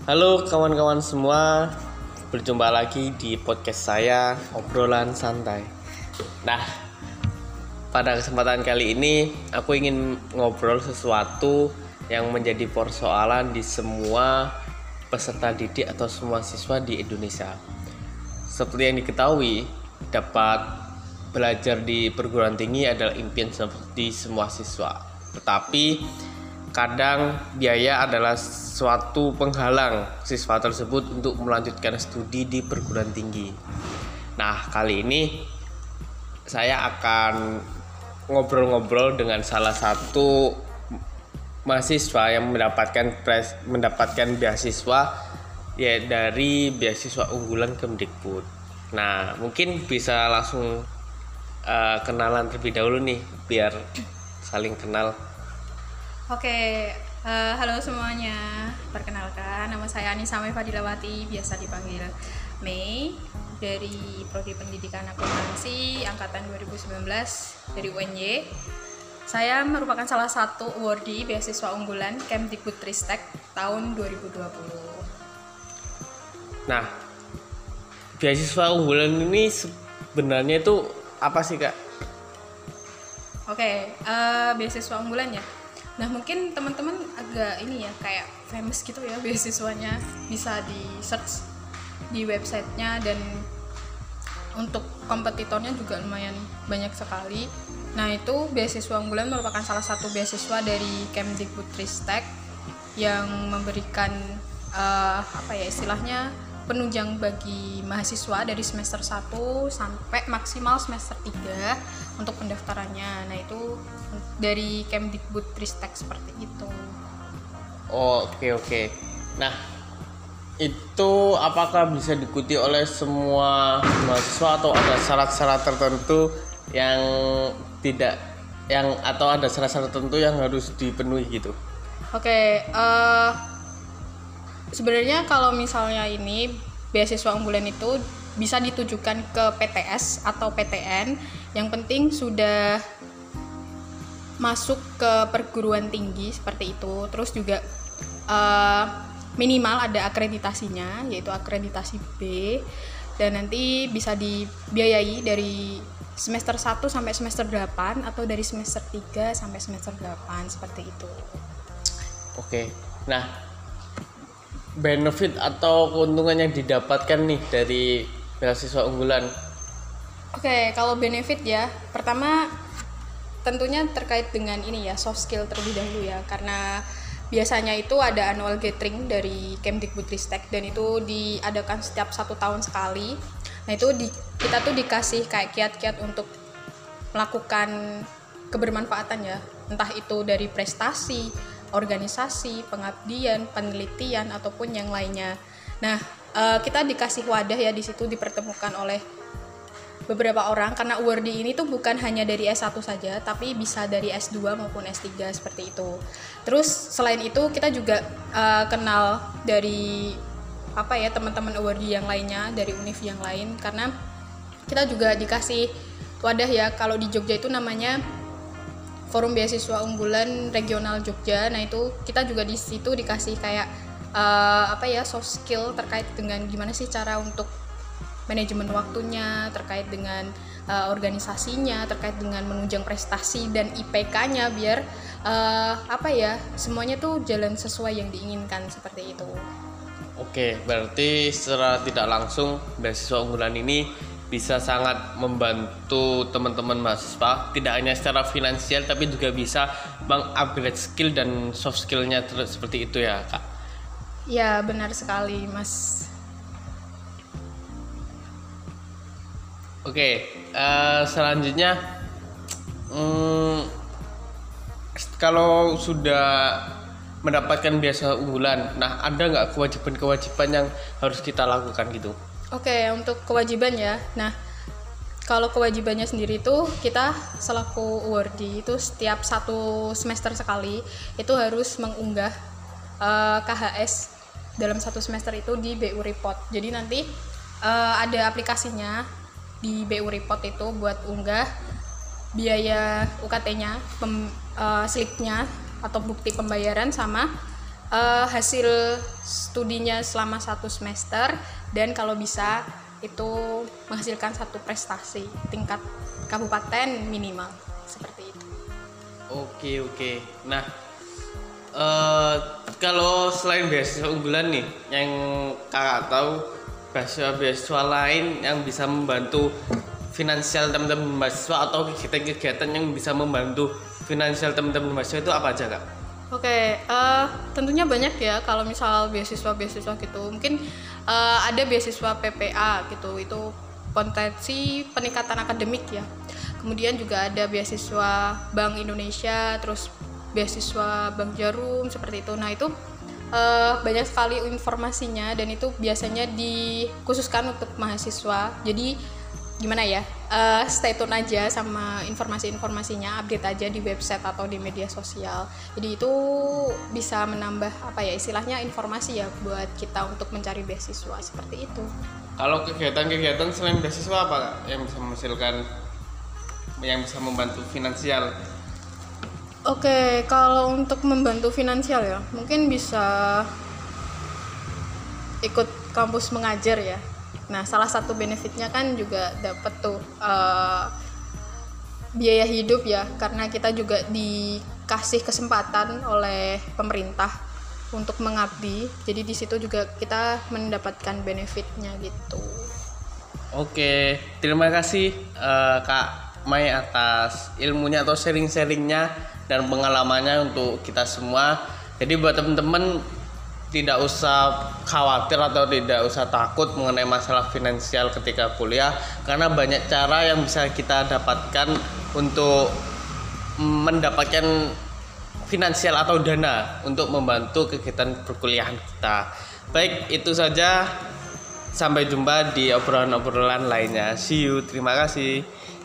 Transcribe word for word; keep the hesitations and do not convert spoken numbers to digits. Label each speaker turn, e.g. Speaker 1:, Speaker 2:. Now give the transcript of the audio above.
Speaker 1: Halo kawan-kawan semua, berjumpa lagi di podcast saya, Obrolan Santai. Nah, pada kesempatan kali ini aku ingin ngobrol sesuatu yang menjadi persoalan di semua peserta didik atau semua siswa di Indonesia. Seperti yang diketahui, dapat belajar di perguruan tinggi adalah impian seperti semua siswa. Tetapi kadang biaya adalah suatu penghalang siswa tersebut untuk melanjutkan studi di perguruan tinggi. Nah, kali ini saya akan ngobrol-ngobrol dengan salah satu mahasiswa yang mendapatkan pres, mendapatkan beasiswa ya dari beasiswa unggulan Kemdikbud. Nah, mungkin bisa langsung uh, kenalan terlebih dahulu nih biar saling kenal.
Speaker 2: Oke, uh, halo semuanya. Perkenalkan, nama saya Anissa Mei Fadilawati, biasa dipanggil Mei, dari Prodi Pendidikan Akuntansi angkatan dua ribu sembilan belas dari U N Y. Saya merupakan salah satu awardee beasiswa unggulan Kemdikbudristek tahun dua ribu dua puluh.
Speaker 1: Nah, beasiswa unggulan ini sebenarnya itu apa sih, Kak?
Speaker 2: Oke, uh, beasiswa unggulan ya. Nah, mungkin teman-teman agak ini ya, kayak famous gitu ya beasiswanya, bisa di search di websitenya, dan untuk kompetitornya juga lumayan banyak sekali. Nah, itu beasiswa unggulan merupakan salah satu beasiswa dari Kemdikbudristek yang memberikan uh, apa ya istilahnya penunjang bagi mahasiswa dari semester satu sampai maksimal semester tiga untuk pendaftarannya. Nah, itu dari Kemdikbudristek seperti itu.
Speaker 1: Oh, oke oke. Nah, itu apakah bisa diikuti oleh semua mahasiswa atau ada syarat-syarat tertentu yang tidak yang atau ada syarat-syarat tertentu yang harus dipenuhi gitu?
Speaker 2: Oke, uh, sebenarnya kalau misalnya ini beasiswa unggulan itu bisa ditujukan ke P T S atau P T N. Yang penting sudah masuk ke perguruan tinggi seperti itu. Terus juga uh, minimal ada akreditasinya, yaitu akreditasi B, dan nanti bisa dibiayai dari semester satu sampai semester delapan atau dari semester tiga sampai semester delapan seperti itu.
Speaker 1: Oke. Nah, benefit atau keuntungan yang didapatkan nih dari beasiswa unggulan.
Speaker 2: Oke, kalau benefit ya, pertama tentunya terkait dengan ini ya, soft skill terlebih dahulu ya, karena biasanya itu ada annual gathering dari Kemdikbudristek dan itu diadakan setiap satu tahun sekali. Nah, itu di, kita tuh dikasih kayak kiat-kiat untuk melakukan kebermanfaatan ya, entah itu dari prestasi, organisasi, pengabdian, penelitian ataupun yang lainnya. Nah, uh, kita dikasih wadah ya, di situ dipertemukan oleh beberapa orang, karena awardee ini tuh bukan hanya dari S satu saja, tapi bisa dari S dua maupun S tiga seperti itu. Terus selain itu kita juga uh, kenal dari apa ya teman-teman awardee yang lainnya dari univ yang lain, karena kita juga dikasih wadah ya, kalau di Jogja itu namanya Forum Beasiswa Unggulan Regional Jogja. Nah, itu kita juga di situ dikasih kayak uh, apa ya soft skill terkait dengan gimana sih cara untuk manajemen waktunya, terkait dengan uh, organisasinya, terkait dengan menunjang prestasi dan I P K-nya biar uh, apa ya semuanya tuh jalan sesuai yang diinginkan seperti itu.
Speaker 1: Oke, berarti secara tidak langsung beasiswa unggulan ini bisa sangat membantu teman-teman mahasiswa, tidak hanya secara finansial tapi juga bisa meng-upgrade skill dan soft skill-nya terus seperti itu ya, Kak?
Speaker 2: Ya, benar sekali, Mas.
Speaker 1: Oke, uh, selanjutnya um, kalau sudah mendapatkan beasiswa unggulan, nah ada nggak kewajiban-kewajiban yang harus kita lakukan gitu?
Speaker 2: Oke, untuk kewajiban ya. Nah, kalau kewajibannya sendiri itu kita selaku awardee itu setiap satu semester sekali itu harus mengunggah uh, K H S dalam satu semester itu di B U Report. Jadi nanti uh, ada aplikasinya di B U Report itu buat unggah biaya U K T-nya, pem, uh, slipnya atau bukti pembayaran sama uh, hasil studinya selama satu semester, dan kalau bisa itu menghasilkan satu prestasi tingkat kabupaten minimal, seperti itu.
Speaker 1: Oke oke. Nah, uh, kalau selain beasiswa unggulan nih, yang kakak tahu beasiswa-beasiswa lain yang bisa membantu finansial teman-teman mahasiswa atau kegiatan-kegiatan yang bisa membantu finansial teman-teman mahasiswa itu apa aja, Kak?
Speaker 2: Oke, uh, tentunya banyak ya. Kalau misal beasiswa-beasiswa gitu, mungkin uh, ada beasiswa P P A gitu, itu potensi peningkatan akademik ya. Kemudian juga ada beasiswa Bank Indonesia, terus beasiswa Bank Jarum seperti itu. Nah itu uh, banyak sekali informasinya, dan itu biasanya dikhususkan untuk mahasiswa. Jadi gimana ya, uh, stay tune aja sama informasi-informasinya, update aja di website atau di media sosial. Jadi itu bisa menambah apa ya istilahnya informasi ya buat kita untuk mencari beasiswa seperti itu.
Speaker 1: Kalau kegiatan-kegiatan selain beasiswa apa, Kak, yang bisa menghasilkan, yang bisa membantu finansial?
Speaker 2: Oke, kalau untuk membantu finansial ya, mungkin bisa ikut kampus mengajar ya. Nah, salah satu benefitnya kan juga dapat tuh uh, biaya hidup ya, karena kita juga dikasih kesempatan oleh pemerintah untuk mengabdi. Jadi di situ juga kita mendapatkan benefitnya gitu.
Speaker 1: Oke, terima kasih uh, Kak Mai atas ilmunya atau sharing-sharingnya dan pengalamannya untuk kita semua. Jadi buat teman-teman tidak usah khawatir atau tidak usah takut mengenai masalah finansial ketika kuliah, karena banyak cara yang bisa kita dapatkan untuk mendapatkan finansial atau dana untuk membantu kegiatan perkuliahan kita. Baik, itu saja. Sampai jumpa di obrolan-obrolan lainnya. See you. Terima kasih.